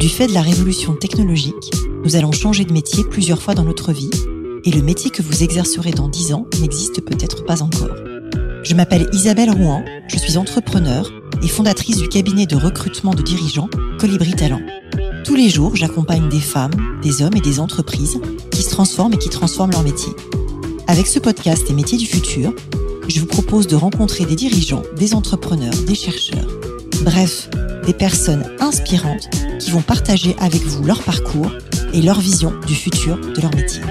Du fait de la révolution technologique, nous allons changer de métier plusieurs fois dans notre vie et le métier que vous exercerez dans 10 ans n'existe peut-être pas encore. Je m'appelle Isabelle Rouen, je suis entrepreneur et fondatrice du cabinet de recrutement de dirigeants Colibri Talent. Tous les jours, j'accompagne des femmes, des hommes et des entreprises qui se transforment et qui transforment leur métier. Avec ce podcast Les métiers du futur, je vous propose de rencontrer des dirigeants, des entrepreneurs, des chercheurs, bref, des personnes inspirantes qui vont partager avec vous leur parcours et leur vision du futur de leur métier.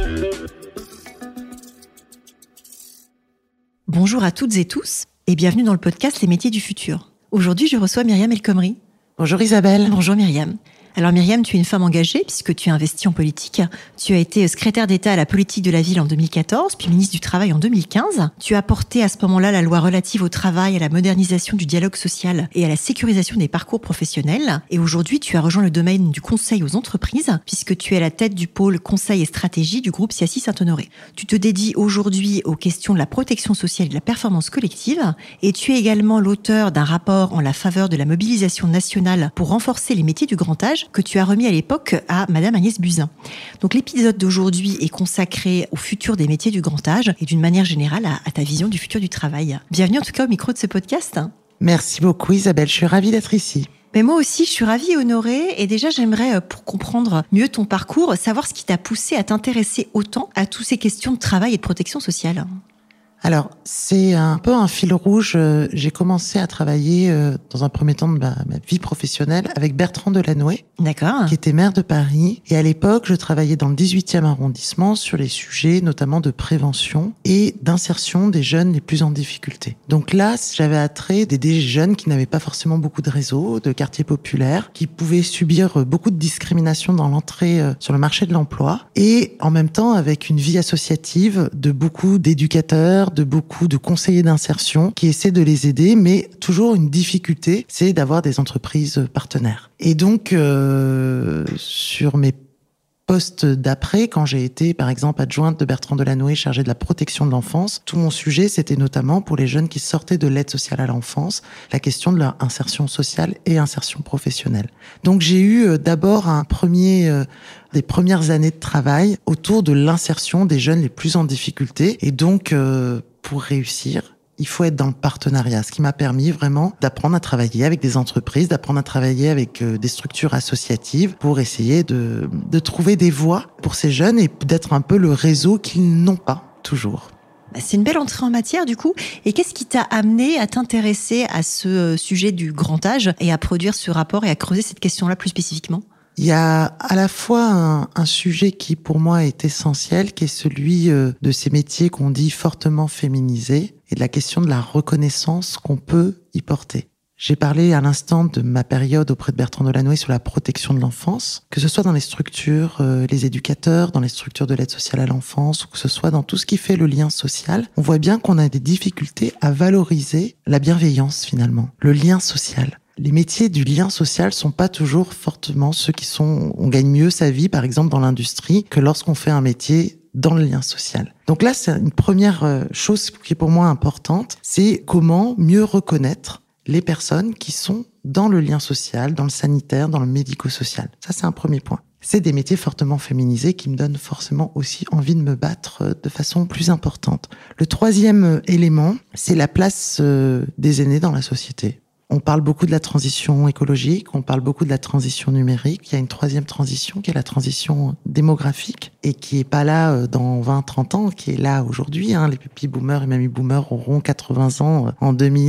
Bonjour à toutes et tous et bienvenue dans le podcast Les métiers du futur. Aujourd'hui, je reçois Myriam El Khomri. Bonjour Isabelle. Bonjour Myriam. Alors Myriam, tu es une femme engagée puisque tu as investi en politique. Tu as été secrétaire d'État à la politique de la ville en 2014, puis ministre du Travail en 2015. Tu as porté à ce moment-là la loi relative au travail, à la modernisation du dialogue social et à la sécurisation des parcours professionnels. Et aujourd'hui, tu as rejoint le domaine du conseil aux entreprises puisque tu es à la tête du pôle conseil et stratégie du groupe CIACI Saint-Honoré. Tu te dédies aujourd'hui aux questions de la protection sociale et de la performance collective et tu es également l'auteur d'un rapport en la faveur de la mobilisation nationale pour renforcer les métiers du grand âge que tu as remis à l'époque à Madame Agnès Buzyn. Donc l'épisode d'aujourd'hui est consacré au futur des métiers du grand âge et d'une manière générale à ta vision du futur du travail. Bienvenue en tout cas au micro de ce podcast. Merci beaucoup Isabelle, je suis ravie d'être ici. Mais moi aussi, je suis ravie et honorée. Et déjà, j'aimerais, pour comprendre mieux ton parcours, savoir ce qui t'a poussé à t'intéresser autant à toutes ces questions de travail et de protection sociale. Alors, c'est un peu un fil rouge. J'ai commencé à travailler dans un premier temps de ma vie professionnelle avec Bertrand Delanoë, D'accord. qui était maire de Paris. Et à l'époque, je travaillais dans le 18e arrondissement sur les sujets notamment de prévention et d'insertion des jeunes les plus en difficulté. Donc là, j'avais attrait des jeunes qui n'avaient pas forcément beaucoup de réseaux, de quartiers populaires, qui pouvaient subir beaucoup de discrimination dans l'entrée sur le marché de l'emploi et en même temps avec une vie associative de beaucoup d'éducateurs, de beaucoup de conseillers d'insertion qui essaient de les aider, mais toujours une difficulté, c'est d'avoir des entreprises partenaires. Et donc, sur mes postes d'après, quand j'ai été, par exemple, adjointe de Bertrand Delanoë chargée de la protection de l'enfance, tout mon sujet, c'était notamment pour les jeunes qui sortaient de l'aide sociale à l'enfance, la question de leur insertion sociale et insertion professionnelle. Donc, j'ai eu d'abord des premières années de travail autour de l'insertion des jeunes les plus en difficulté. Et donc, pour réussir, il faut être dans le partenariat, ce qui m'a permis vraiment d'apprendre à travailler avec des entreprises, d'apprendre à travailler avec des structures associatives pour essayer de trouver des voies pour ces jeunes et d'être un peu le réseau qu'ils n'ont pas toujours. C'est une belle entrée en matière du coup. Et qu'est-ce qui t'a amené à t'intéresser à ce sujet du grand âge et à produire ce rapport et à creuser cette question-là plus spécifiquement ? Il y a à la fois un sujet qui pour moi est essentiel, qui est celui de ces métiers qu'on dit fortement féminisés et de la question de la reconnaissance qu'on peut y porter. J'ai parlé à l'instant de ma période auprès de Bertrand Delanoë sur la protection de l'enfance, que ce soit dans les structures, les éducateurs, dans les structures de l'aide sociale à l'enfance, ou que ce soit dans tout ce qui fait le lien social. On voit bien qu'on a des difficultés à valoriser la bienveillance finalement, le lien social. Les métiers du lien social sont pas toujours fortement ceux on gagne mieux sa vie, par exemple, dans l'industrie, que lorsqu'on fait un métier dans le lien social. Donc là, c'est une première chose qui est pour moi importante, c'est comment mieux reconnaître les personnes qui sont dans le lien social, dans le sanitaire, dans le médico-social. Ça, c'est un premier point. C'est des métiers fortement féminisés qui me donnent forcément aussi envie de me battre de façon plus importante. Le troisième élément, c'est la place des aînés dans la société. On parle beaucoup de la transition écologique, on parle beaucoup de la transition numérique. Il y a une troisième transition qui est la transition démographique et qui est pas là dans 20-30 ans, qui est là aujourd'hui. Les baby boomers et mamie boomers auront 80 ans en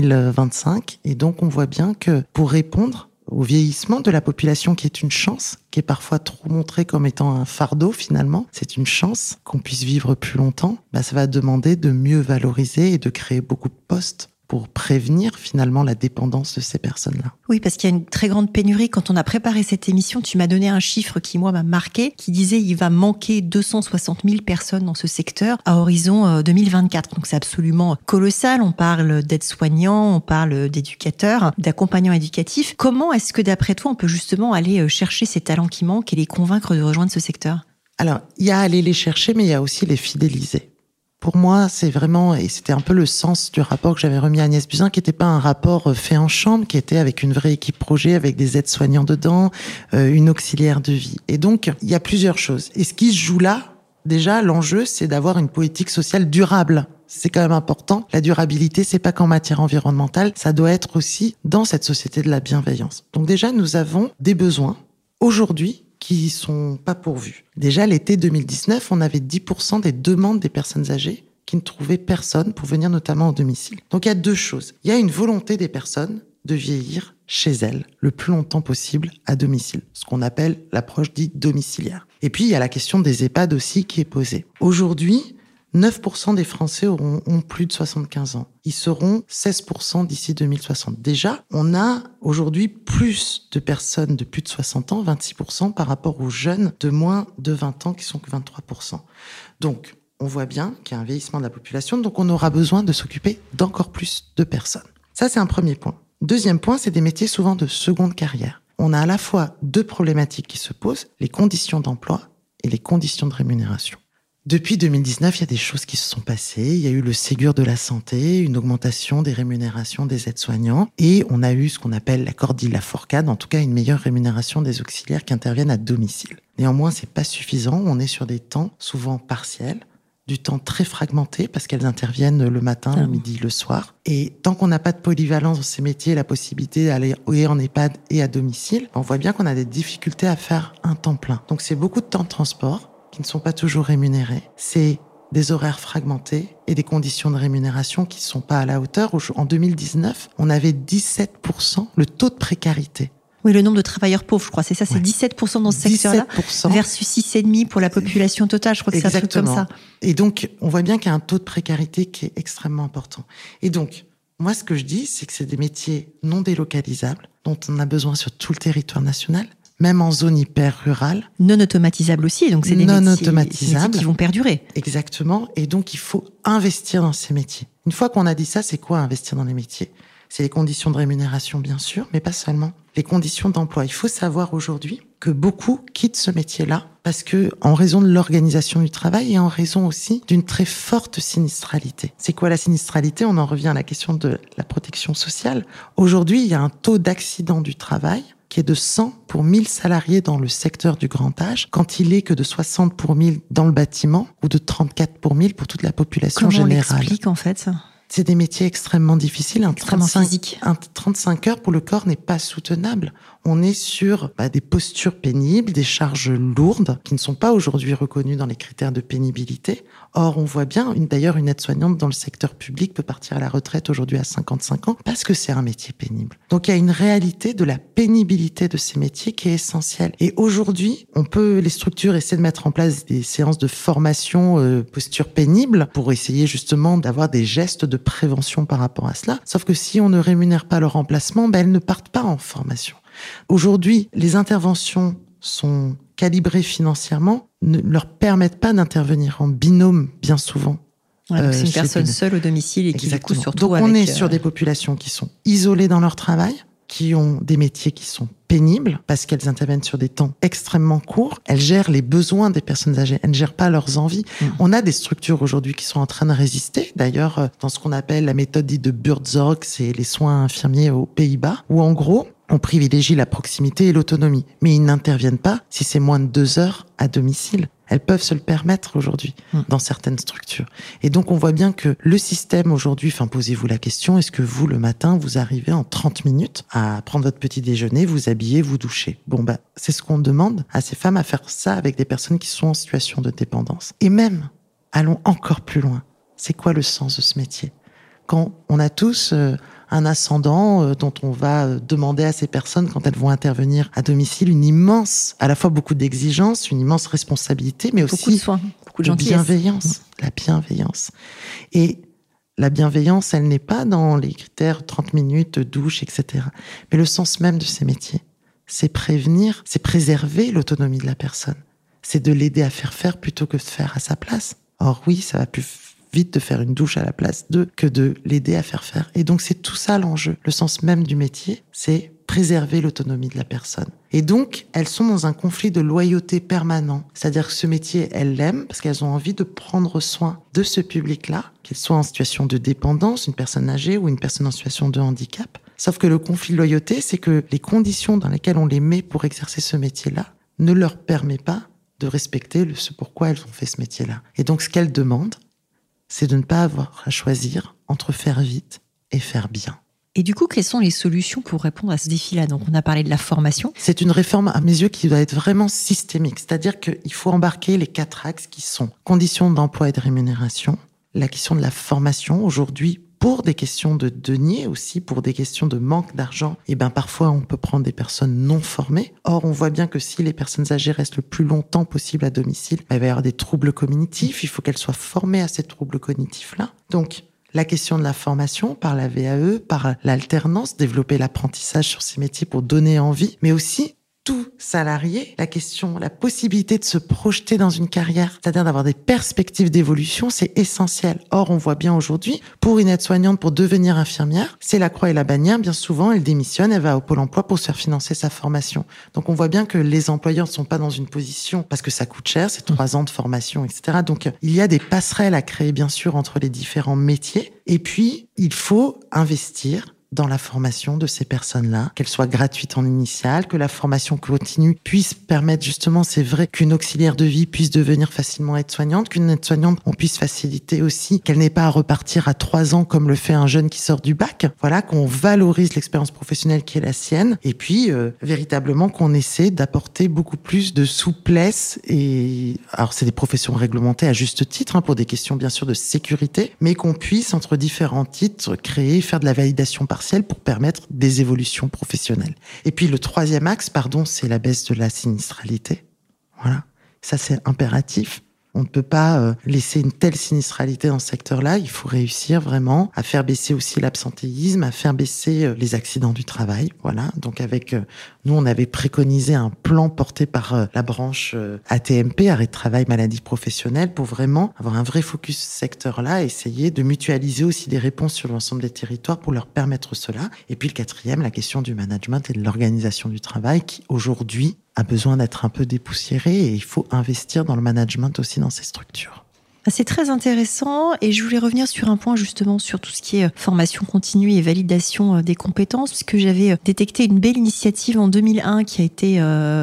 2025. Et donc, on voit bien que pour répondre au vieillissement de la population, qui est une chance, qui est parfois trop montrée comme étant un fardeau finalement, c'est une chance qu'on puisse vivre plus longtemps, ça va demander de mieux valoriser et de créer beaucoup de postes pour prévenir finalement la dépendance de ces personnes-là. Oui, parce qu'il y a une très grande pénurie. Quand on a préparé cette émission, tu m'as donné un chiffre qui, moi, m'a marqué, qui disait il va manquer 260 000 personnes dans ce secteur à horizon 2024. Donc c'est absolument colossal. On parle d'aides-soignants, on parle d'éducateurs, d'accompagnants éducatifs. Comment est-ce que, d'après toi, on peut justement aller chercher ces talents qui manquent et les convaincre de rejoindre ce secteur ? Alors, il y a à aller les chercher, mais il y a aussi les fidéliser. Pour moi, c'est vraiment, et c'était un peu le sens du rapport que j'avais remis à Agnès Buzyn, qui n'était pas un rapport fait en chambre, qui était avec une vraie équipe projet, avec des aides-soignants dedans, une auxiliaire de vie. Et donc, il y a plusieurs choses. Et ce qui se joue là, déjà, l'enjeu, c'est d'avoir une politique sociale durable. C'est quand même important. La durabilité, c'est pas qu'en matière environnementale, ça doit être aussi dans cette société de la bienveillance. Donc déjà, nous avons des besoins aujourd'hui qui sont pas pourvus. Déjà, l'été 2019, on avait 10% des demandes des personnes âgées qui ne trouvaient personne pour venir notamment au domicile. Donc il y a deux choses. Il y a une volonté des personnes de vieillir chez elles le plus longtemps possible à domicile, ce qu'on appelle l'approche dite domiciliaire. Et puis il y a la question des EHPAD aussi qui est posée. Aujourd'hui, 9% des Français ont plus de 75 ans. Ils seront 16% d'ici 2060. Déjà, on a aujourd'hui plus de personnes de plus de 60 ans, 26% par rapport aux jeunes de moins de 20 ans qui sont que 23%. Donc, on voit bien qu'il y a un vieillissement de la population, donc on aura besoin de s'occuper d'encore plus de personnes. Ça, c'est un premier point. Deuxième point, c'est des métiers souvent de seconde carrière. On a à la fois deux problématiques qui se posent, les conditions d'emploi et les conditions de rémunération. Depuis 2019, il y a des choses qui se sont passées. Il y a eu le Ségur de la santé, une augmentation des rémunérations des aides-soignants. Et on a eu ce qu'on appelle l'accord dit la forcade, en tout cas une meilleure rémunération des auxiliaires qui interviennent à domicile. Néanmoins, c'est pas suffisant. On est sur des temps souvent partiels, du temps très fragmenté parce qu'elles interviennent le matin, le midi, le soir. Et tant qu'on n'a pas de polyvalence dans ces métiers, la possibilité d'aller et en EHPAD et à domicile, on voit bien qu'on a des difficultés à faire un temps plein. Donc c'est beaucoup de temps de transport qui ne sont pas toujours rémunérés. C'est des horaires fragmentés et des conditions de rémunération qui ne sont pas à la hauteur. En 2019, on avait 17% le taux de précarité. Oui, le nombre de travailleurs pauvres, je crois, c'est ça, c'est 17% dans ce secteur-là, versus 6,5% pour la population totale, je crois que c'est un truc comme ça. Et donc, on voit bien qu'il y a un taux de précarité qui est extrêmement important. Et donc, moi, ce que je dis, c'est que c'est des métiers non délocalisables, dont on a besoin sur tout le territoire national, même en zone hyper rurale. Non automatisables aussi, donc c'est des métiers qui vont perdurer. Exactement, et donc il faut investir dans ces métiers. Une fois qu'on a dit ça, c'est quoi investir dans les métiers ? C'est les conditions de rémunération, bien sûr, mais pas seulement. Les conditions d'emploi. Il faut savoir aujourd'hui que beaucoup quittent ce métier-là parce que, en raison de l'organisation du travail et en raison aussi d'une très forte sinistralité. C'est quoi la sinistralité ? On en revient à la question de la protection sociale. Aujourd'hui, il y a un taux d'accident du travail qui est de 100 pour 1000 salariés dans le secteur du grand âge, quand il est que de 60 pour 1000 dans le bâtiment ou de 34 pour 1000 pour toute la population générale. Comment on l'explique en fait ? C'est des métiers extrêmement difficiles. Extrêmement physiques. Un 35 heures pour le corps n'est pas soutenable. On est sur des postures pénibles, des charges lourdes qui ne sont pas aujourd'hui reconnues dans les critères de pénibilité. Or, on voit bien, d'ailleurs, une aide-soignante dans le secteur public peut partir à la retraite aujourd'hui à 55 ans parce que c'est un métier pénible. Donc, il y a une réalité de la pénibilité de ces métiers qui est essentielle. Et aujourd'hui, les structures essaient de mettre en place des séances de formation posture pénible pour essayer justement d'avoir des gestes de prévention par rapport à cela. Sauf que si on ne rémunère pas leur remplacement, elles ne partent pas en formation. Aujourd'hui, les interventions sont calibrées financièrement, ne leur permettent pas d'intervenir en binôme bien souvent. C'est une personne seule au domicile et qui du coup surtout Donc on est sur des populations qui sont isolées dans leur travail, qui ont des métiers qui sont pénibles parce qu'elles interviennent sur des temps extrêmement courts. Elles gèrent les besoins des personnes âgées. Elles ne gèrent pas leurs envies. On a des structures aujourd'hui qui sont en train de résister. D'ailleurs, dans ce qu'on appelle la méthode dite de Buurtzorg, c'est les soins infirmiers aux Pays-Bas, où en gros, on privilégie la proximité et l'autonomie. Mais ils n'interviennent pas si c'est moins de 2 heures à domicile. Elles peuvent se le permettre aujourd'hui dans certaines structures. Et donc, on voit bien que le système aujourd'hui, posez-vous la question, est-ce que vous, le matin, vous arrivez en 30 minutes à prendre votre petit déjeuner, vous habiller, vous doucher? C'est ce qu'on demande à ces femmes à faire ça avec des personnes qui sont en situation de dépendance. Et même, allons encore plus loin. C'est quoi le sens de ce métier? Quand on a tous un ascendant dont on va demander à ces personnes, quand elles vont intervenir à domicile, une immense, à la fois beaucoup d'exigences, une immense responsabilité, mais aussi beaucoup de soins, beaucoup de gentillesse. Bienveillance, la bienveillance. Et la bienveillance, elle n'est pas dans les critères 30 minutes, douche, etc. Mais le sens même de ces métiers, c'est prévenir, c'est préserver l'autonomie de la personne. C'est de l'aider à faire plutôt que de faire à sa place. Or oui, ça va plus vite de faire une douche à la place d'eux que de l'aider à faire. Et donc c'est tout ça l'enjeu. Le sens même du métier, c'est préserver l'autonomie de la personne. Et donc, elles sont dans un conflit de loyauté permanent. C'est-à-dire que ce métier, elles l'aiment parce qu'elles ont envie de prendre soin de ce public-là, qu'elle soit en situation de dépendance, une personne âgée ou une personne en situation de handicap. Sauf que le conflit de loyauté, c'est que les conditions dans lesquelles on les met pour exercer ce métier-là ne leur permet pas de respecter ce pourquoi elles ont fait ce métier-là. Et donc, ce qu'elles demandent, c'est de ne pas avoir à choisir entre faire vite et faire bien. Et du coup, quelles sont les solutions pour répondre à ce défi-là? Donc, on a parlé de la formation. C'est une réforme, à mes yeux, qui doit être vraiment systémique. C'est-à-dire qu'il faut embarquer les 4 axes qui sont conditions d'emploi et de rémunération, la question de la formation. Aujourd'hui, pour des questions de deniers aussi, pour des questions de manque d'argent, parfois on peut prendre des personnes non formées. Or, on voit bien que si les personnes âgées restent le plus longtemps possible à domicile, il va y avoir des troubles cognitifs. Il faut qu'elles soient formées à ces troubles cognitifs-là. Donc, la question de la formation par la VAE, par l'alternance, développer l'apprentissage sur ces métiers pour donner envie, mais aussi tout salarié, la possibilité de se projeter dans une carrière, c'est-à-dire d'avoir des perspectives d'évolution, c'est essentiel. Or, on voit bien aujourd'hui, pour une aide-soignante, pour devenir infirmière, c'est la croix et la bannière. Bien souvent, elle démissionne, elle va au Pôle emploi pour se faire financer sa formation. Donc, on voit bien que les employeurs ne sont pas dans une position, parce que ça coûte cher, c'est 3 ans de formation, etc. Donc, il y a des passerelles à créer, bien sûr, entre les différents métiers. Et puis, il faut investir dans la formation de ces personnes-là, qu'elle soit gratuite en initiale, que la formation continue puisse permettre justement, c'est vrai, qu'une auxiliaire de vie puisse devenir facilement aide-soignante, qu'une aide-soignante, on puisse faciliter aussi qu'elle n'ait pas à repartir à 3 ans comme le fait un jeune qui sort du bac. Voilà, qu'on valorise l'expérience professionnelle qui est la sienne et puis véritablement qu'on essaie d'apporter beaucoup plus de souplesse et alors c'est des professions réglementées à juste titre pour des questions bien sûr de sécurité, mais qu'on puisse entre différents titres créer, faire de la validation partielle pour permettre des évolutions professionnelles. Et puis le 3e axe, c'est la baisse de la sinistralité. Voilà, ça c'est impératif. On ne peut pas laisser une telle sinistralité dans ce secteur-là. Il faut réussir vraiment à faire baisser aussi l'absentéisme, à faire baisser les accidents du travail. Voilà. Donc nous, on avait préconisé un plan porté par la branche AT-MP, arrêt de travail, maladie professionnelle, pour vraiment avoir un vrai focus ce secteur-là, essayer de mutualiser aussi des réponses sur l'ensemble des territoires pour leur permettre cela. Et puis le 4e, la question du management et de l'organisation du travail qui aujourd'hui a besoin d'être un peu dépoussiéré et il faut investir dans le management aussi dans ces structures. C'est très intéressant et je voulais revenir sur un point justement sur tout ce qui est formation continue et validation des compétences puisque j'avais détecté une belle initiative en 2021 qui a été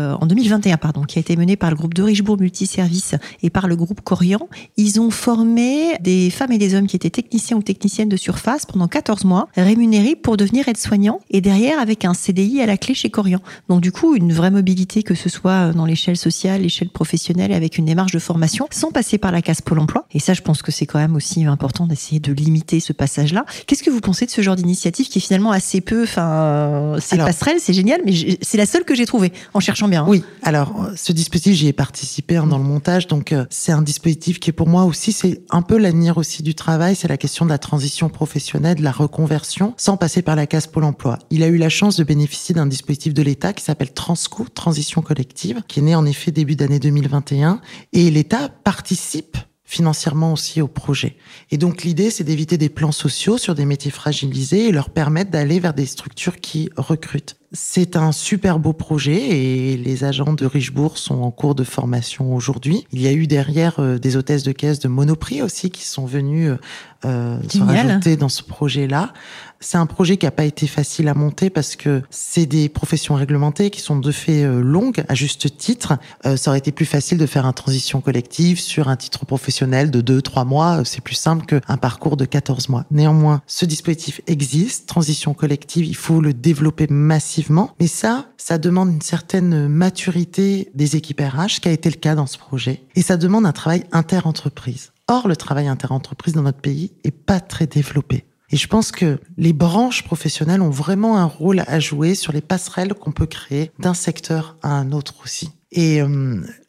menée par le groupe de Richebourg Multiservices et par le groupe Corian. Ils ont formé des femmes et des hommes qui étaient techniciens ou techniciennes de surface pendant 14 mois, rémunérés pour devenir aides-soignants et derrière avec un CDI à la clé chez Corian. Donc du coup, une vraie mobilité que ce soit dans l'échelle sociale, l'échelle professionnelle avec une démarche de formation sans passer par la case Pôle emploi. Et ça, je pense que c'est quand même aussi important d'essayer de limiter ce passage-là. Qu'est-ce que vous pensez de ce genre d'initiative qui est finalement assez peu, c'est passerelle, c'est génial, mais c'est la seule que j'ai trouvée en cherchant bien. Oui. Alors, ce dispositif, j'y ai participé dans le montage. Donc, c'est un dispositif qui est pour moi aussi, c'est un peu l'avenir aussi du travail. C'est la question de la transition professionnelle, de la reconversion, sans passer par la case Pôle emploi. Il a eu la chance de bénéficier d'un dispositif de l'État qui s'appelle Transco, Transition collective, qui est né en effet début d'année 2021. Et l'État participe financièrement aussi au projet. Et donc l'idée, c'est d'éviter des plans sociaux sur des métiers fragilisés et leur permettre d'aller vers des structures qui recrutent. C'est un super beau projet et les agents de Richebourg sont en cours de formation aujourd'hui. Il y a eu derrière des hôtesses de caisse de Monoprix aussi qui sont venues se rajouter dans ce projet-là. C'est un projet qui n'a pas été facile à monter parce que c'est des professions réglementées qui sont de fait longues, à juste titre. Ça aurait été plus facile de faire une transition collective sur un titre professionnel de 2-3 mois. C'est plus simple qu'un parcours de 14 mois. Néanmoins, ce dispositif existe. Transition collective, il faut le développer massivement. Mais ça demande une certaine maturité des équipes RH, ce qui a été le cas dans ce projet. Et ça demande un travail inter-entreprise. Or, le travail inter-entreprise dans notre pays est pas très développé. Et je pense que les branches professionnelles ont vraiment un rôle à jouer sur les passerelles qu'on peut créer d'un secteur à un autre aussi. Et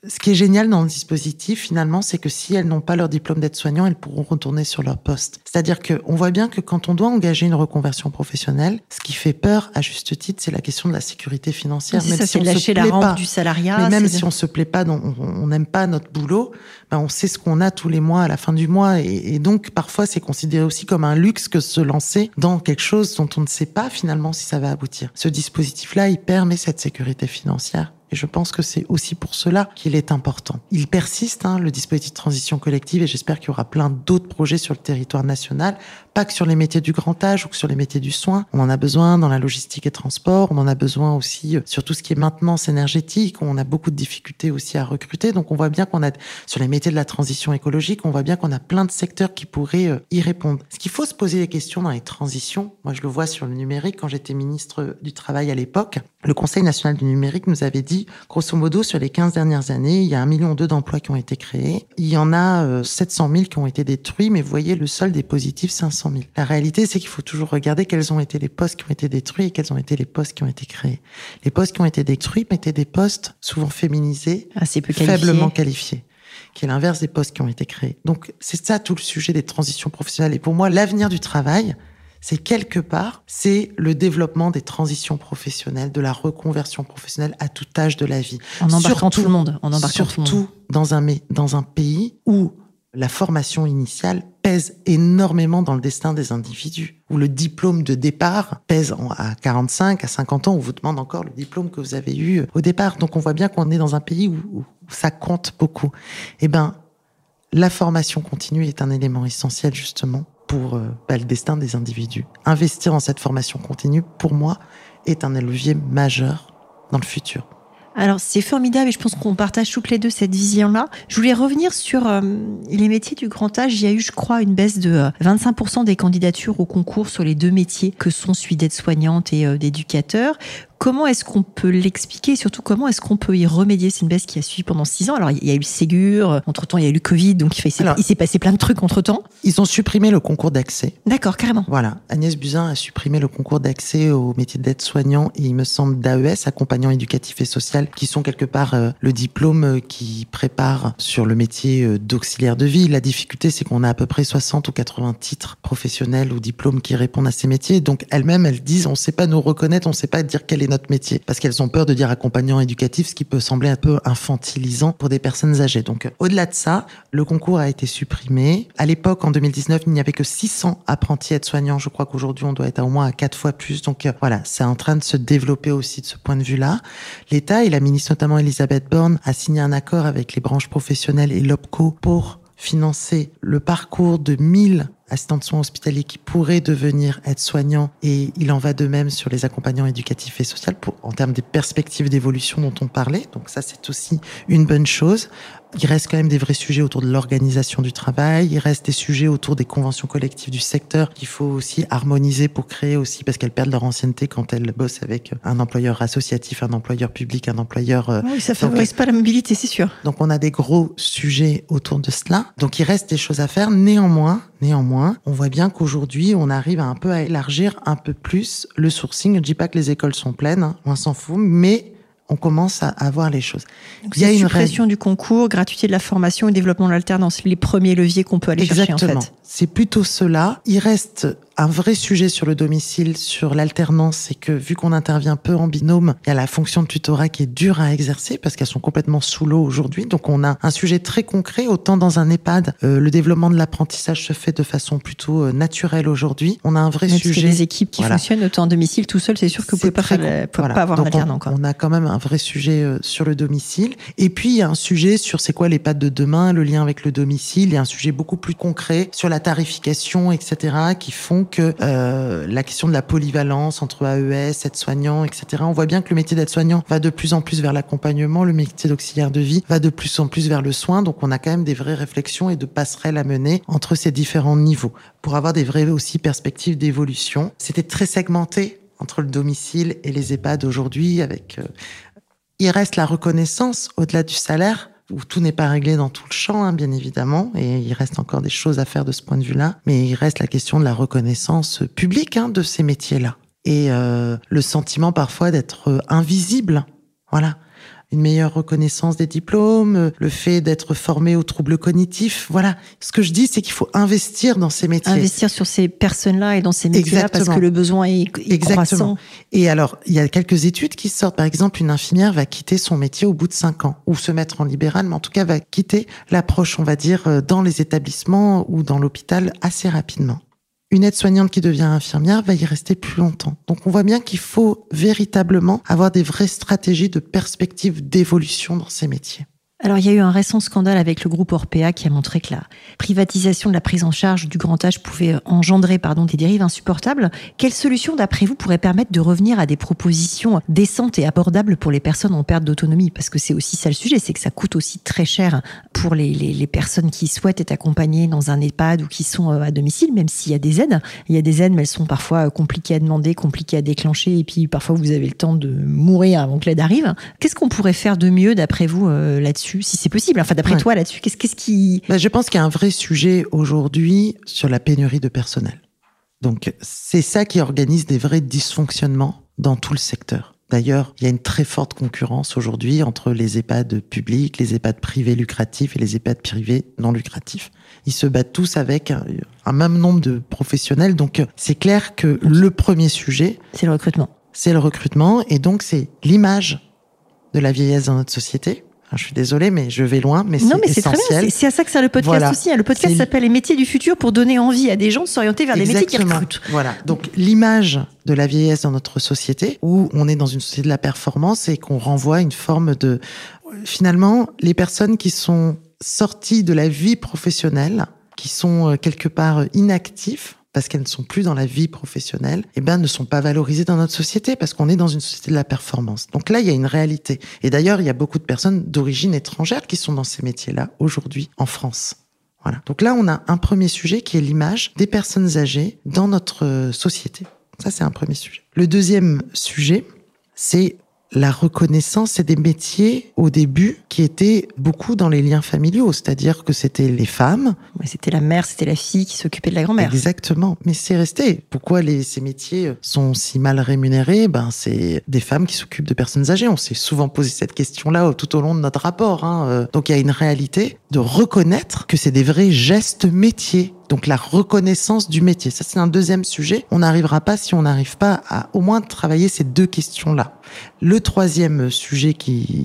Ce qui est génial dans le dispositif, finalement, c'est que si elles n'ont pas leur diplôme d'aide-soignant, elles pourront retourner sur leur poste. C'est-à-dire qu'on voit bien que quand on doit engager une reconversion professionnelle, ce qui fait peur, à juste titre, c'est la question de la sécurité financière. C'est ça, c'est lâcher la rampe du salariat. Mais même si on se plaît pas, on n'aime pas notre boulot, ben on sait ce qu'on a tous les mois à la fin du mois. Et donc, parfois, c'est considéré aussi comme un luxe que se lancer dans quelque chose dont on ne sait pas finalement si ça va aboutir. Ce dispositif-là, il permet cette sécurité financière. Et je pense que c'est aussi pour cela qu'il est important. Il persiste, le dispositif de transition collective, et j'espère qu'il y aura plein d'autres projets sur le territoire national, pas que sur les métiers du grand âge ou que sur les métiers du soin. On en a besoin dans la logistique et transport, on en a besoin aussi sur tout ce qui est maintenance énergétique, on a beaucoup de difficultés aussi à recruter. Donc on voit bien qu'on a, sur les métiers de la transition écologique, on voit bien qu'on a plein de secteurs qui pourraient y répondre. Ce qu'il faut se poser des questions dans les transitions, moi je le vois sur le numérique, quand j'étais ministre du Travail à l'époque, le Conseil national du numérique nous avait dit, grosso modo, sur les 15 dernières années, il y a 1,2 million d'emplois qui ont été créés. Il y en a 700 000 qui ont été détruits, mais vous voyez, le solde est positif, 500 000. La réalité, c'est qu'il faut toujours regarder quels ont été les postes qui ont été détruits et quels ont été les postes qui ont été créés. Les postes qui ont été détruits étaient des postes souvent féminisés, assez peu faiblement qualifiés, qui est l'inverse des postes qui ont été créés. Donc, c'est ça tout le sujet des transitions professionnelles. Et pour moi, l'avenir du travail, c'est quelque part, c'est le développement des transitions professionnelles, de la reconversion professionnelle à tout âge de la vie. En embarquant tout le monde. Surtout dans un pays où la formation initiale pèse énormément dans le destin des individus, où le diplôme de départ pèse à 45, à 50 ans, on vous demande encore le diplôme que vous avez eu au départ. Donc on voit bien qu'on est dans un pays où ça compte beaucoup. Eh ben, la formation continue est un élément essentiel justement pour le destin des individus. Investir en cette formation continue, pour moi, est un levier majeur dans le futur. Alors, c'est formidable et je pense qu'on partage toutes les deux cette vision-là. Je voulais revenir sur les métiers du grand âge. Il y a eu, je crois, une baisse de 25% des candidatures au concours sur les deux métiers que sont celui d'aide-soignante et d'éducateur. Comment est-ce qu'on peut l'expliquer et surtout comment est-ce qu'on peut y remédier? C'est une baisse qui a suivi pendant 6 ans. Alors, il y a eu le Ségur, entre-temps, il y a eu le Covid, donc il s'est passé plein de trucs entre-temps. Ils ont supprimé le concours d'accès. D'accord, carrément. Voilà. Agnès Buzyn a supprimé le concours d'accès au métier d'aide-soignant et il me semble d'AES, accompagnant éducatif et social, qui sont quelque part le diplôme qui prépare sur le métier d'auxiliaire de vie. La difficulté, c'est qu'on a à peu près 60 ou 80 titres professionnels ou diplômes qui répondent à ces métiers. Donc, elles-mêmes, elles disent, on ne sait pas nous reconnaître, on ne sait pas dire quel est notre métier, parce qu'elles ont peur de dire accompagnant éducatif, ce qui peut sembler un peu infantilisant pour des personnes âgées. Donc, au-delà de ça, le concours a été supprimé. À l'époque, en 2019, il n'y avait que 600 apprentis aides-soignants. Je crois qu'aujourd'hui, on doit être au moins à 4 fois plus. Donc, voilà, c'est en train de se développer aussi de ce point de vue-là. L'État et la ministre, notamment Elisabeth Borne, a signé un accord avec les branches professionnelles et l'OPCO pour financer le parcours de 1000 assistants de soins hospitaliers qui pourraient devenir aides-soignants, et il en va de même sur les accompagnants éducatifs et sociaux en termes des perspectives d'évolution dont on parlait. Donc ça, c'est aussi une bonne chose. Il reste quand même des vrais sujets autour de l'organisation du travail. Il reste des sujets autour des conventions collectives du secteur qu'il faut aussi harmoniser pour créer aussi, parce qu'elles perdent leur ancienneté quand elles bossent avec un employeur associatif, un employeur public, un employeur... Oui, ça favorise pas la mobilité, c'est sûr. Donc on a des gros sujets autour de cela. Donc il reste des choses à faire. Néanmoins, on voit bien qu'aujourd'hui, on arrive un peu à élargir un peu plus le sourcing. Je ne dis pas que les écoles sont pleines, on s'en fout, mais on commence à voir les choses. Donc, il y a une suppression du concours, gratuité de la formation et développement de l'alternance, les premiers leviers qu'on peut aller chercher en fait. Exactement. C'est plutôt cela. Il reste un vrai sujet sur le domicile, sur l'alternance, c'est que vu qu'on intervient peu en binôme, il y a la fonction de tutorat qui est dure à exercer parce qu'elles sont complètement sous l'eau aujourd'hui. Donc on a un sujet très concret. Autant dans un EHPAD, le développement de l'apprentissage se fait de façon plutôt naturelle aujourd'hui. On a un vrai sujet. Parce qu'il y a des équipes qui fonctionnent autant en domicile tout seul, c'est sûr que vous pouvez pas avoir un alternant. On a quand même un vrai sujet sur le domicile. Et puis il y a un sujet sur c'est quoi l'EHPAD de demain, le lien avec le domicile. Il y a un sujet beaucoup plus concret sur la tarification, etc., qui font que la question de la polyvalence entre AES, aides-soignants, etc. On voit bien que le métier d'aide-soignant va de plus en plus vers l'accompagnement, le métier d'auxiliaire de vie va de plus en plus vers le soin. Donc on a quand même des vraies réflexions et de passerelles à mener entre ces différents niveaux pour avoir des vraies aussi perspectives d'évolution. C'était très segmenté entre le domicile et les EHPAD aujourd'hui. Il reste la reconnaissance au-delà du salaire, où tout n'est pas réglé dans tout le champ, bien évidemment, et il reste encore des choses à faire de ce point de vue-là, mais il reste la question de la reconnaissance publique de ces métiers-là. Et le sentiment parfois d'être invisible, voilà. une meilleure reconnaissance des diplômes, le fait d'être formé aux troubles cognitifs. Voilà. Ce que je dis, c'est qu'il faut investir dans ces métiers. Investir sur ces personnes-là et dans ces métiers-là parce que le besoin est croissant. Et alors, il y a quelques études qui sortent. Par exemple, une infirmière va quitter son métier au bout de 5 ans ou se mettre en libéral, mais en tout cas va quitter l'approche, on va dire, dans les établissements ou dans l'hôpital assez rapidement. Une aide-soignante qui devient infirmière va y rester plus longtemps. Donc on voit bien qu'il faut véritablement avoir des vraies stratégies de perspective d'évolution dans ces métiers. Alors, il y a eu un récent scandale avec le groupe Orpea qui a montré que la privatisation de la prise en charge du grand âge pouvait engendrer des dérives insupportables. Quelle solution, d'après vous, pourrait permettre de revenir à des propositions décentes et abordables pour les personnes en perte d'autonomie? Parce que c'est aussi ça le sujet, c'est que ça coûte aussi très cher pour les personnes qui souhaitent être accompagnées dans un EHPAD ou qui sont à domicile, même s'il y a des aides. Il y a des aides, mais elles sont parfois compliquées à demander, compliquées à déclencher, et puis parfois vous avez le temps de mourir avant que l'aide arrive. Qu'est-ce qu'on pourrait faire de mieux, d'après vous, là-dessus, si c'est possible? Enfin, d'après toi, là-dessus, qu'est-ce qui... Je pense qu'il y a un vrai sujet aujourd'hui sur la pénurie de personnel. Donc, c'est ça qui organise des vrais dysfonctionnements dans tout le secteur. D'ailleurs, il y a une très forte concurrence aujourd'hui entre les EHPAD publics, les EHPAD privés lucratifs et les EHPAD privés non lucratifs. Ils se battent tous avec un même nombre de professionnels. Donc, c'est clair que le premier sujet... C'est le recrutement. C'est le recrutement, et donc c'est l'image de la vieillesse dans notre société. Je suis désolée, mais je vais loin, mais non, mais c'est essentiel. Très bien. C'est à ça que sert le podcast aussi. Le podcast s'appelle Les métiers du futur pour donner envie à des gens de s'orienter vers des métiers qui recrutent. Voilà. Donc, l'image de la vieillesse dans notre société, où on est dans une société de la performance et qu'on renvoie une forme de... Finalement, les personnes qui sont sorties de la vie professionnelle, qui sont quelque part inactifs, parce qu'elles ne sont plus dans la vie professionnelle, ne sont pas valorisées dans notre société, parce qu'on est dans une société de la performance. Donc là, il y a une réalité. Et d'ailleurs, il y a beaucoup de personnes d'origine étrangère qui sont dans ces métiers-là, aujourd'hui, en France. Voilà. Donc là, on a un premier sujet qui est l'image des personnes âgées dans notre société. Ça, c'est un premier sujet. Le deuxième sujet, c'est la reconnaissance. C'est des métiers, au début, qui étaient beaucoup dans les liens familiaux. C'est-à-dire que c'était les femmes. C'était la mère, c'était la fille qui s'occupait de la grand-mère. Exactement. Mais c'est resté. Pourquoi ces métiers sont si mal rémunérés? C'est des femmes qui s'occupent de personnes âgées. On s'est souvent posé cette question-là tout au long de notre rapport. Donc, il y a une réalité de reconnaître que c'est des vrais gestes métiers. Donc, la reconnaissance du métier. Ça, c'est un deuxième sujet. On n'arrivera pas si on n'arrive pas à au moins travailler ces deux questions-là. Le troisième sujet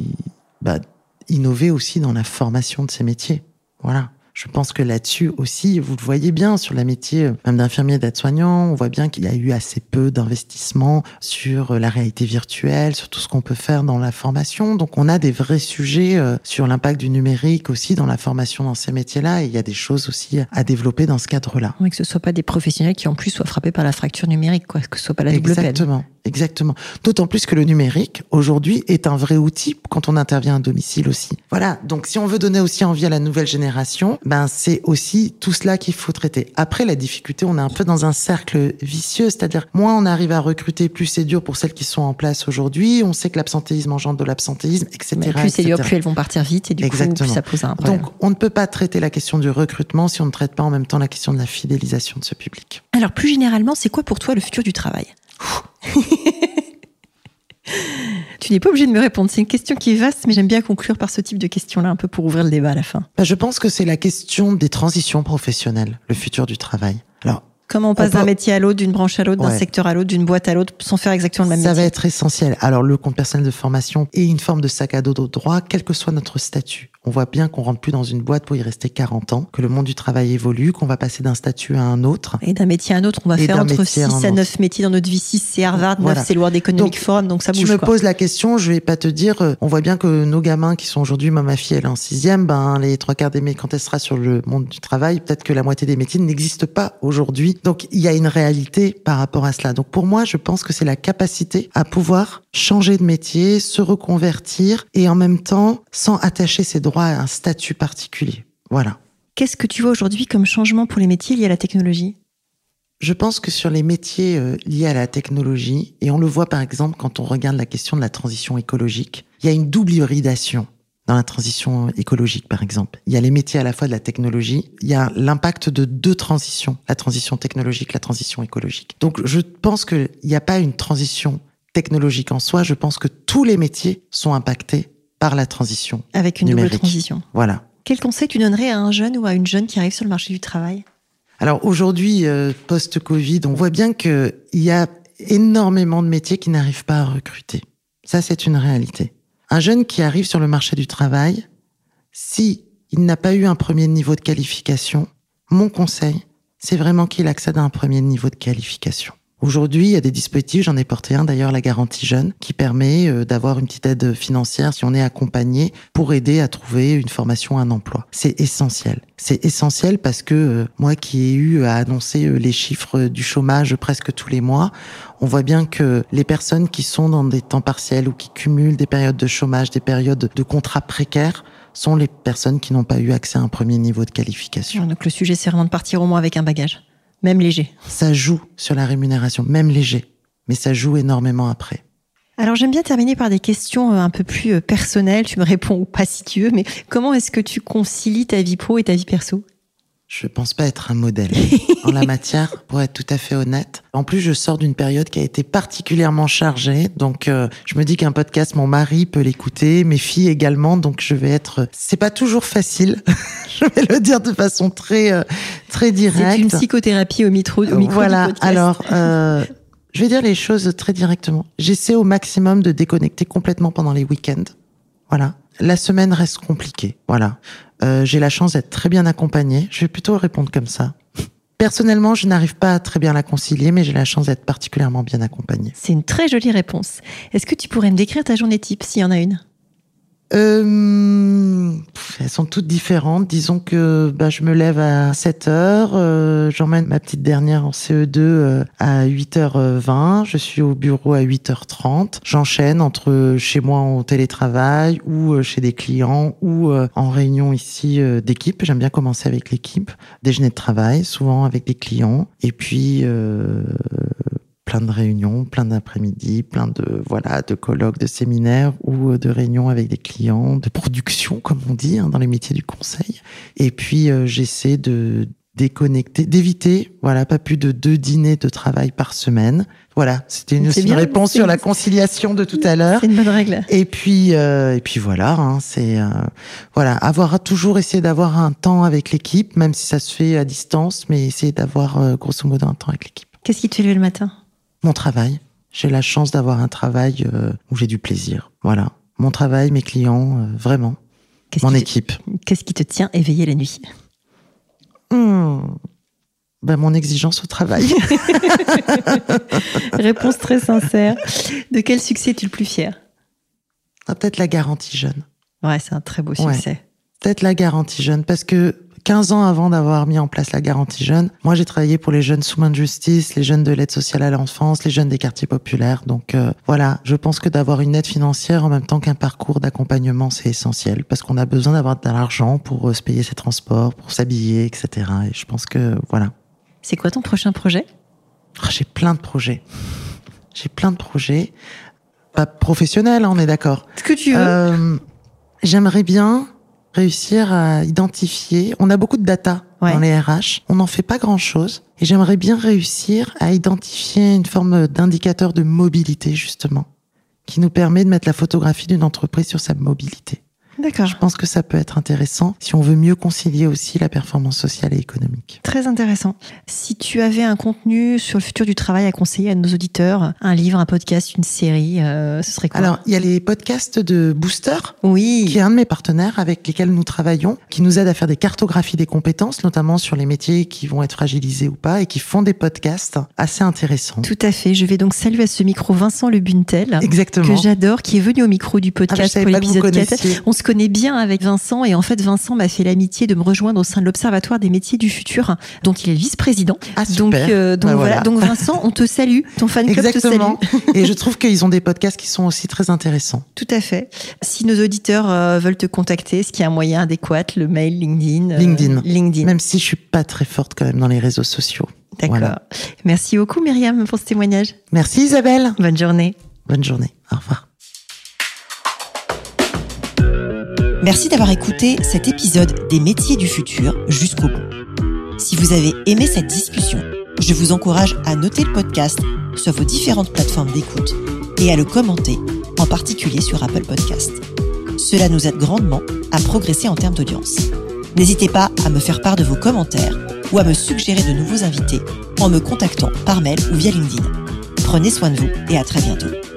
innover aussi dans la formation de ces métiers. Voilà. Je pense que là-dessus aussi, vous le voyez bien, sur le métier même d'infirmier et d'aide-soignant, on voit bien qu'il y a eu assez peu d'investissement sur la réalité virtuelle, sur tout ce qu'on peut faire dans la formation. Donc on a des vrais sujets sur l'impact du numérique aussi dans la formation dans ces métiers-là, et il y a des choses aussi à développer dans ce cadre-là. Oui, que ce soit pas des professionnels qui en plus soient frappés par la fracture numérique, que ce soit pas la double peine. Exactement. D'autant plus que le numérique, aujourd'hui, est un vrai outil quand on intervient à domicile aussi. Voilà. Donc, si on veut donner aussi envie à la nouvelle génération, c'est aussi tout cela qu'il faut traiter. Après, la difficulté, on est un peu dans un cercle vicieux, c'est-à-dire, moins on arrive à recruter, plus c'est dur pour celles qui sont en place aujourd'hui. On sait que l'absentéisme engendre de l'absentéisme, etc. Mais plus c'est dur, plus elles vont partir vite, et du coup, plus ça pose un problème. Donc, on ne peut pas traiter la question du recrutement si on ne traite pas en même temps la question de la fidélisation de ce public. Alors, plus généralement, c'est quoi pour toi le futur du travail? Tu n'es pas obligé de me répondre, c'est une question qui est vaste, mais j'aime bien conclure par ce type de questions-là, un peu pour ouvrir le débat à la fin. Je pense que c'est la question des transitions professionnelles, le futur du travail. Alors, comment on passe d'un métier à l'autre, d'une branche à l'autre, d'un secteur à l'autre, d'une boîte à l'autre, sans faire exactement le même métier? Ça va être essentiel. Alors, le compte personnel de formation est une forme de sac à dos de droit, quel que soit notre statut. On voit bien qu'on rentre plus dans une boîte pour y rester 40 ans, que le monde du travail évolue, qu'on va passer d'un statut à un autre. Et d'un métier à un autre, on va faire entre 6 à 9 métiers dans notre vie. 6, c'est Harvard, 9, c'est le World Economic Forum, donc ça bouge. Tu me poses la question, je vais pas te dire, on voit bien que nos gamins qui sont aujourd'hui, ma fille, elle est en 6e, les 3/4 des métiers, quand elle sera sur le monde du travail, peut-être que la moitié des métiers n'existent pas aujourd'hui. Donc, il y a une réalité par rapport à cela. Donc, pour moi, je pense que c'est la capacité à pouvoir changer de métier, se reconvertir, et en même temps, sans attacher ses droits à un statut particulier. Voilà. Qu'est-ce que tu vois aujourd'hui comme changement pour les métiers liés à la technologie? Je pense que sur les métiers liés à la technologie, et on le voit par exemple quand on regarde la question de la transition écologique, il y a une double hybridation dans la transition écologique par exemple. Il y a les métiers à la fois de la technologie, il y a l'impact de deux transitions, la transition technologique, la transition écologique. Donc je pense qu'il n'y a pas une transition technologique en soi, je pense que tous les métiers sont impactés par la transition avec une numérique. double transition. Voilà. Quel conseil tu donnerais à un jeune ou à une jeune qui arrive sur le marché du travail ? Alors aujourd'hui, post-Covid, on voit bien qu'il y a énormément de métiers qui n'arrivent pas à recruter. Ça, c'est une réalité. Un jeune qui arrive sur le marché du travail, si il n'a pas eu un premier niveau de qualification, mon conseil, c'est vraiment qu'il accède à un premier niveau de qualification. Aujourd'hui, il y a des dispositifs, j'en ai porté un d'ailleurs, la garantie jeune, qui permet d'avoir une petite aide financière si on est accompagné pour aider à trouver une formation, un emploi. C'est essentiel. C'est essentiel parce que moi qui ai eu à annoncer les chiffres du chômage presque tous les mois, on voit bien que les personnes qui sont dans des temps partiels ou qui cumulent des périodes de chômage, des périodes de contrats précaires, sont les personnes qui n'ont pas eu accès à un premier niveau de qualification. Donc le sujet, c'est vraiment de partir au moins avec un bagage. Même léger. Ça joue sur la rémunération, même léger, mais ça joue énormément après. Alors j'aime bien terminer par des questions un peu plus personnelles. Tu me réponds ou pas si tu veux, mais comment est-ce que tu concilies ta vie pro et ta vie perso ? Je pense pas être un modèle en la matière, pour être tout à fait honnête. En plus, je sors d'une période qui a été particulièrement chargée, donc je me dis qu'un podcast, mon mari peut l'écouter, mes filles également, donc je vais être... C'est pas toujours facile, je vais le dire de façon très directe. C'est une psychothérapie au micro voilà, du podcast. Alors, je vais dire les choses très directement. J'essaie au maximum de déconnecter complètement pendant les week-ends. Voilà. La semaine reste compliquée. Voilà. J'ai la chance d'être très bien accompagnée. Je vais plutôt répondre comme ça. Personnellement, je n'arrive pas à très bien la concilier, mais j'ai la chance d'être particulièrement bien accompagnée. C'est une très jolie réponse. Est-ce que tu pourrais me décrire ta journée type, s'il y en a une ? Elles sont toutes différentes. Disons que je me lève à 7h, j'emmène ma petite dernière en CE2 à 8h20, je suis au bureau à 8h30. J'enchaîne entre chez moi en télétravail ou chez des clients ou en réunion ici d'équipe. J'aime bien commencer avec l'équipe. Déjeuner de travail, souvent avec des clients. Et puis... plein de réunions, plein d'après-midi, plein de colloques, de séminaires ou de réunions avec des clients, de production, comme on dit, dans les métiers du conseil. Et puis, j'essaie de déconnecter, d'éviter, pas plus de 2 dîners de travail par semaine. Voilà, c'était une réponse sur la conciliation de tout à l'heure. C'est une bonne règle. Et puis voilà, avoir toujours essayé d'avoir un temps avec l'équipe, même si ça se fait à distance, mais essayer d'avoir grosso modo un temps avec l'équipe. Qu'est-ce qui te fait lever le matin ? Mon travail. J'ai la chance d'avoir un travail où j'ai du plaisir. Voilà. Mon travail, mes clients, vraiment. Mon équipe. Qu'est-ce qui te tient éveillé la nuit ? Mon exigence au travail. Réponse très sincère. De quel succès es-tu le plus fier ? Peut-être la garantie jeune. Ouais, c'est un très beau succès. Ouais. Peut-être la garantie jeune, parce que 15 ans avant d'avoir mis en place la garantie jeune, moi j'ai travaillé pour les jeunes sous main de justice, les jeunes de l'aide sociale à l'enfance, les jeunes des quartiers populaires. Donc je pense que d'avoir une aide financière en même temps qu'un parcours d'accompagnement, c'est essentiel, parce qu'on a besoin d'avoir de l'argent pour se payer ses transports, pour s'habiller, etc. Et je pense que voilà. C'est quoi ton prochain projet ? J'ai plein de projets. Pas professionnels, on est d'accord. Ce que tu veux. J'aimerais bien réussir à identifier... On a beaucoup de data dans les RH. On n'en fait pas grand-chose. Et j'aimerais bien réussir à identifier une forme d'indicateur de mobilité, justement, qui nous permet de mettre la photographie d'une entreprise sur sa mobilité. D'accord. Je pense que ça peut être intéressant si on veut mieux concilier aussi la performance sociale et économique. Très intéressant. Si tu avais un contenu sur le futur du travail à conseiller à nos auditeurs, un livre, un podcast, une série, ce serait quoi ? Alors, il y a les podcasts de Booster, oui, qui est un de mes partenaires avec lesquels nous travaillons, qui nous aide à faire des cartographies des compétences, notamment sur les métiers qui vont être fragilisés ou pas, et qui font des podcasts assez intéressants. Tout à fait. Je vais donc saluer à ce micro Vincent Le Buntel, exactement, que j'adore, qui est venu au micro du podcast pour l'épisode 4. On se connaît bien avec Vincent, et en fait Vincent m'a fait l'amitié de me rejoindre au sein de l'Observatoire des métiers du futur, dont il est le vice-président. Ah, super. Donc voilà. Donc Vincent, on te salue, ton fan club exactement. te salue. Et je trouve qu'ils ont des podcasts qui sont aussi très intéressants. Tout à fait. Si nos auditeurs veulent te contacter, est-ce qu'il y a un moyen adéquat, le mail, LinkedIn. Même si je suis pas très forte quand même dans les réseaux sociaux. D'accord. Voilà. Merci beaucoup Myriam pour ce témoignage. Merci Isabelle. Bonne journée. Bonne journée. Au revoir. Merci d'avoir écouté cet épisode des métiers du futur jusqu'au bout. Si vous avez aimé cette discussion, je vous encourage à noter le podcast sur vos différentes plateformes d'écoute et à le commenter, en particulier sur Apple Podcasts. Cela nous aide grandement à progresser en termes d'audience. N'hésitez pas à me faire part de vos commentaires ou à me suggérer de nouveaux invités en me contactant par mail ou via LinkedIn. Prenez soin de vous et à très bientôt.